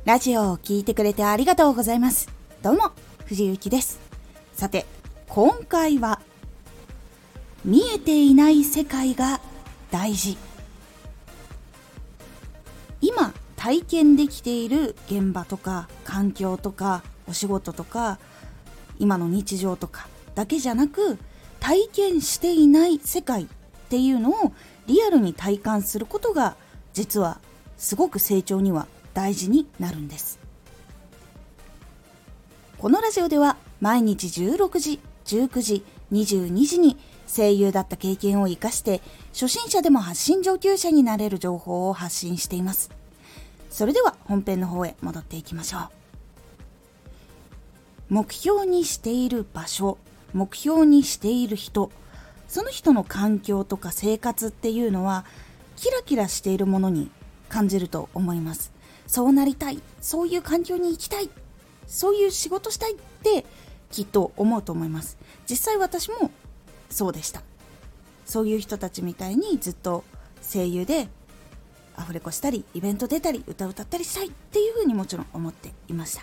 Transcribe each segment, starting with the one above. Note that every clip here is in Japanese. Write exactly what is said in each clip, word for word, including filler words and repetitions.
ラジオを聞いてくれてありがとうございます。どうも藤幸です。さて今回は見えていない世界が大事。今体験できている現場とか環境とかお仕事とか今の日常とかだけじゃなく、体験していない世界っていうのをリアルに体感することが実はすごく成長には大事になるんです。このラジオでは毎日じゅうろくじ、じゅうくじ、にじゅうにじに声優だった経験を生かして初心者でも発信上級者になれる情報を発信しています。それでは本編の方へ戻っていきましょう。目標にしている場所、目標にしている人、その人の環境とか生活っていうのはキラキラしているものに感じると思います。そうなりたい、そういう環境に行きたい、そういう仕事したいってきっと思うと思います。実際私もそうでした。そういう人たちみたいにずっと声優でアフレコしたりイベント出たり歌歌ったりしたいっていうふうにもちろん思っていました。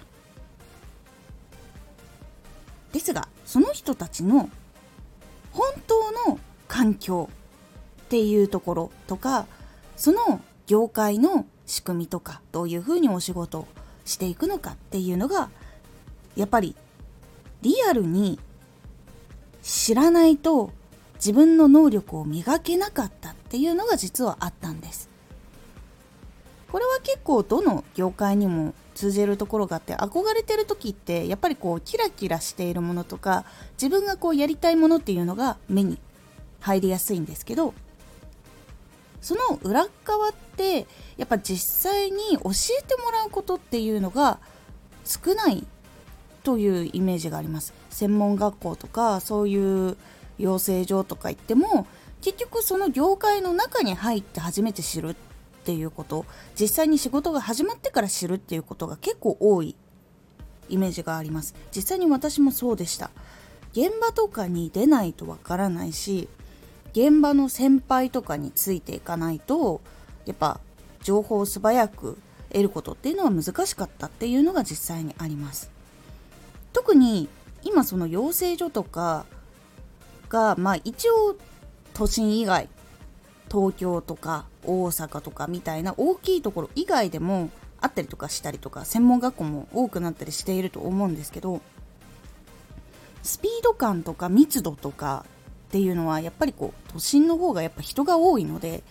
ですがその人たちの本当の環境っていうところとか、その業界の仕組みとかどういうふうにお仕事をしていくのかっていうのがやっぱりリアルに知らないと自分の能力を磨けなかったっていうのが実はあったんです。これは結構どの業界にも通じるところがあって、憧れてる時ってやっぱりこうキラキラしているものとか自分がこうやりたいものっていうのが目に入りやすいんですけど、その裏側ってやっぱ実際に教えてもらうことっていうのが少ないというイメージがあります。専門学校とかそういう養成所とか行っても結局その業界の中に入って初めて知るっていうこと、実際に仕事が始まってから知るっていうことが結構多いイメージがあります。実際に私もそうでした。現場とかに出ないとわからないし、現場の先輩とかについていかないとやっぱ情報を素早く得ることっていうのは難しかったっていうのが実際にあります。特に今その養成所とかがまあ一応都心以外、東京とか大阪とかみたいな大きいところ以外でもあったりとかしたりとか、専門学校も多くなったりしていると思うんですけど、スピード感とか密度とかっていうのはやっぱりこう都心の方がやっぱ人が多いので、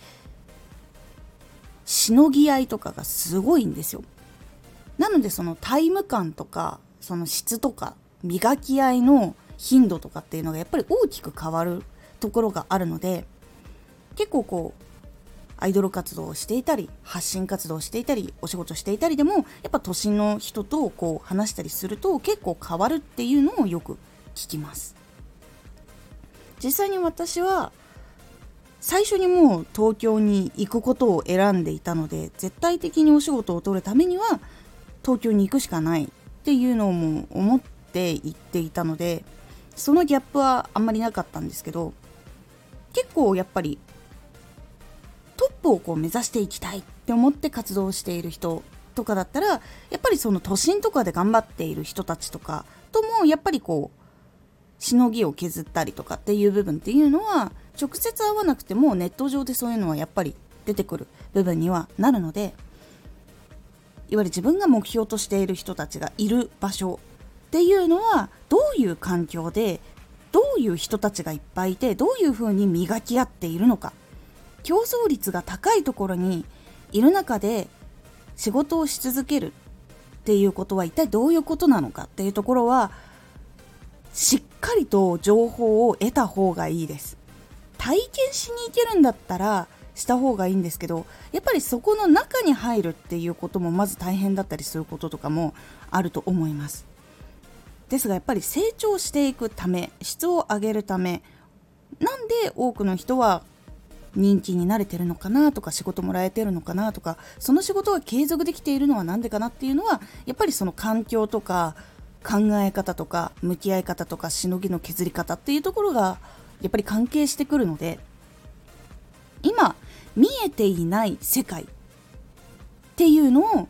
しのぎ合いとかがすごいんですよ。なのでそのタイム感とかその質とか磨き合いの頻度とかっていうのがやっぱり大きく変わるところがあるので、結構こうアイドル活動をしていたり発信活動をしていたりお仕事していたりでもやっぱ都心の人とこう話したりすると結構変わるっていうのをよく聞きます。実際に私は最初にもう東京に行くことを選んでいたので、絶対的にお仕事を取るためには東京に行くしかないっていうのをもう思って行っていたので、そのギャップはあんまりなかったんですけど、結構やっぱりトップをこう目指していきたいって思って活動している人とかだったら、やっぱりその都心とかで頑張っている人たちとかともやっぱりこうしのぎを削ったりとかっていう部分っていうのは直接会わなくてもネット上でそういうのはやっぱり出てくる部分にはなるので、いわゆる自分が目標としている人たちがいる場所っていうのはどういう環境でどういう人たちがいっぱいいてどういうふうに磨き合っているのか、競争率が高いところにいる中で仕事をし続けるっていうことは一体どういうことなのかっていうところはしっかりと情報を得た方がいいです。体験しに行けるんだったらした方がいいんですけど、やっぱりそこの中に入るっていうこともまず大変だったりすることとかもあると思います。ですがやっぱり成長していくため、質を上げるため、なんで多くの人は人気になれてるのかなとか仕事もらえてるのかなとか、その仕事が継続できているのはなんでかなっていうのはやっぱりその環境とか考え方とか向き合い方とかしのぎの削り方っていうところがやっぱり関係してくるので、今見えていない世界っていうのを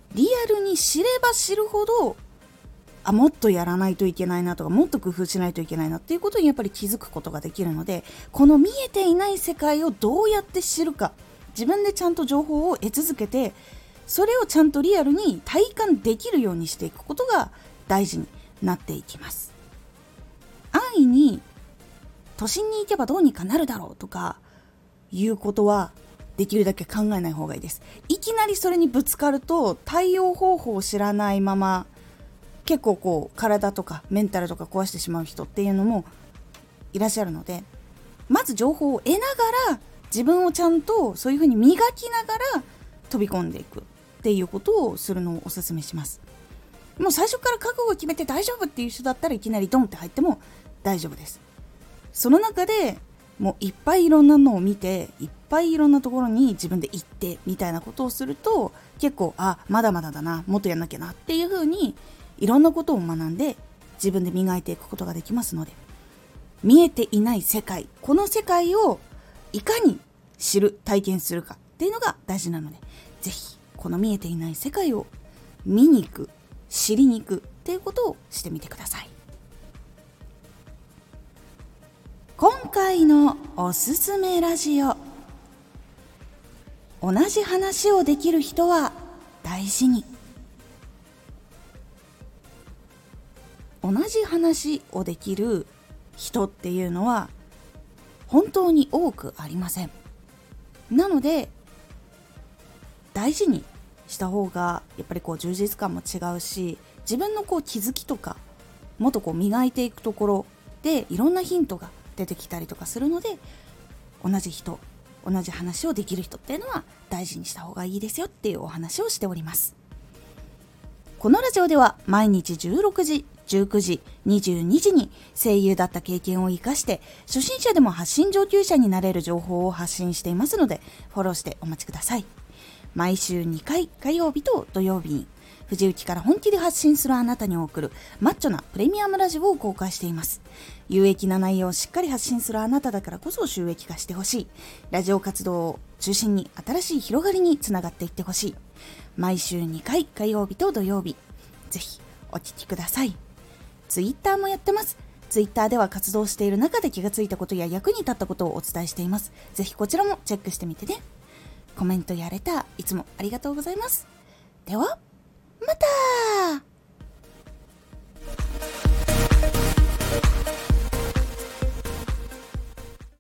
リアルに知れば知るほど、あ、もっとやらないといけないなとか、もっと工夫しないといけないなっていうことにやっぱり気づくことができるので、この見えていない世界をどうやって知るか、自分でちゃんと情報を得続けて、それをちゃんとリアルに体感できるようにしていくことが大事になっていきます。安易に都心に行けばどうにかなるだろうとかいうことはできるだけ考えない方がいいです。いきなりそれにぶつかると対応方法を知らないまま結構こう体とかメンタルとか壊してしまう人っていうのもいらっしゃるので、まず情報を得ながら自分をちゃんとそういうふうに磨きながら飛び込んでいくっていうことをするのをお勧めします。もう最初から覚悟を決めて大丈夫っていう人だったらいきなりドンって入っても大丈夫です。その中でもういっぱいいろんなのを見て、いっぱいいろんなところに自分で行ってみたいなことをすると、結構あまだまだだな、もっとやんなきゃなっていうふうにいろんなことを学んで自分で磨いていくことができますので、見えていない世界、この世界をいかに知る体験するかっていうのが大事なので、ぜひこの見えていない世界を見に行く、知りに行くっていうことをしてみてください。今回のおすすめラジオ、同じ話をできる人は大事に。同じ話をできる人っていうのは本当に多くありません。なので大事にした方がやっぱりこう充実感も違うし、自分のこう気づきとかもっとこう磨いていくところでいろんなヒントが出てきたりとかするので、同じ人、同じ話をできる人っていうのは大事にした方がいいですよっていうお話をしております。このラジオでは毎日じゅうろくじ、じゅうくじ、にじゅうにじに声優だった経験を生かして初心者でも発信上級者になれる情報を発信していますので、フォローしてお待ちください。毎週にかい、火曜日と土曜日に藤雪から本気で発信するあなたに送るマッチョなプレミアムラジオを公開しています。有益な内容をしっかり発信するあなただからこそ収益化してほしい。ラジオ活動を中心に新しい広がりにつながっていってほしい。毎週にかい、火曜日と土曜日、ぜひお聞きください。ツイッターもやってます。ツイッターでは活動している中で気がついたことや役に立ったことをお伝えしています。ぜひこちらもチェックしてみてね。コメントやレターいつもありがとうございます。ではまた。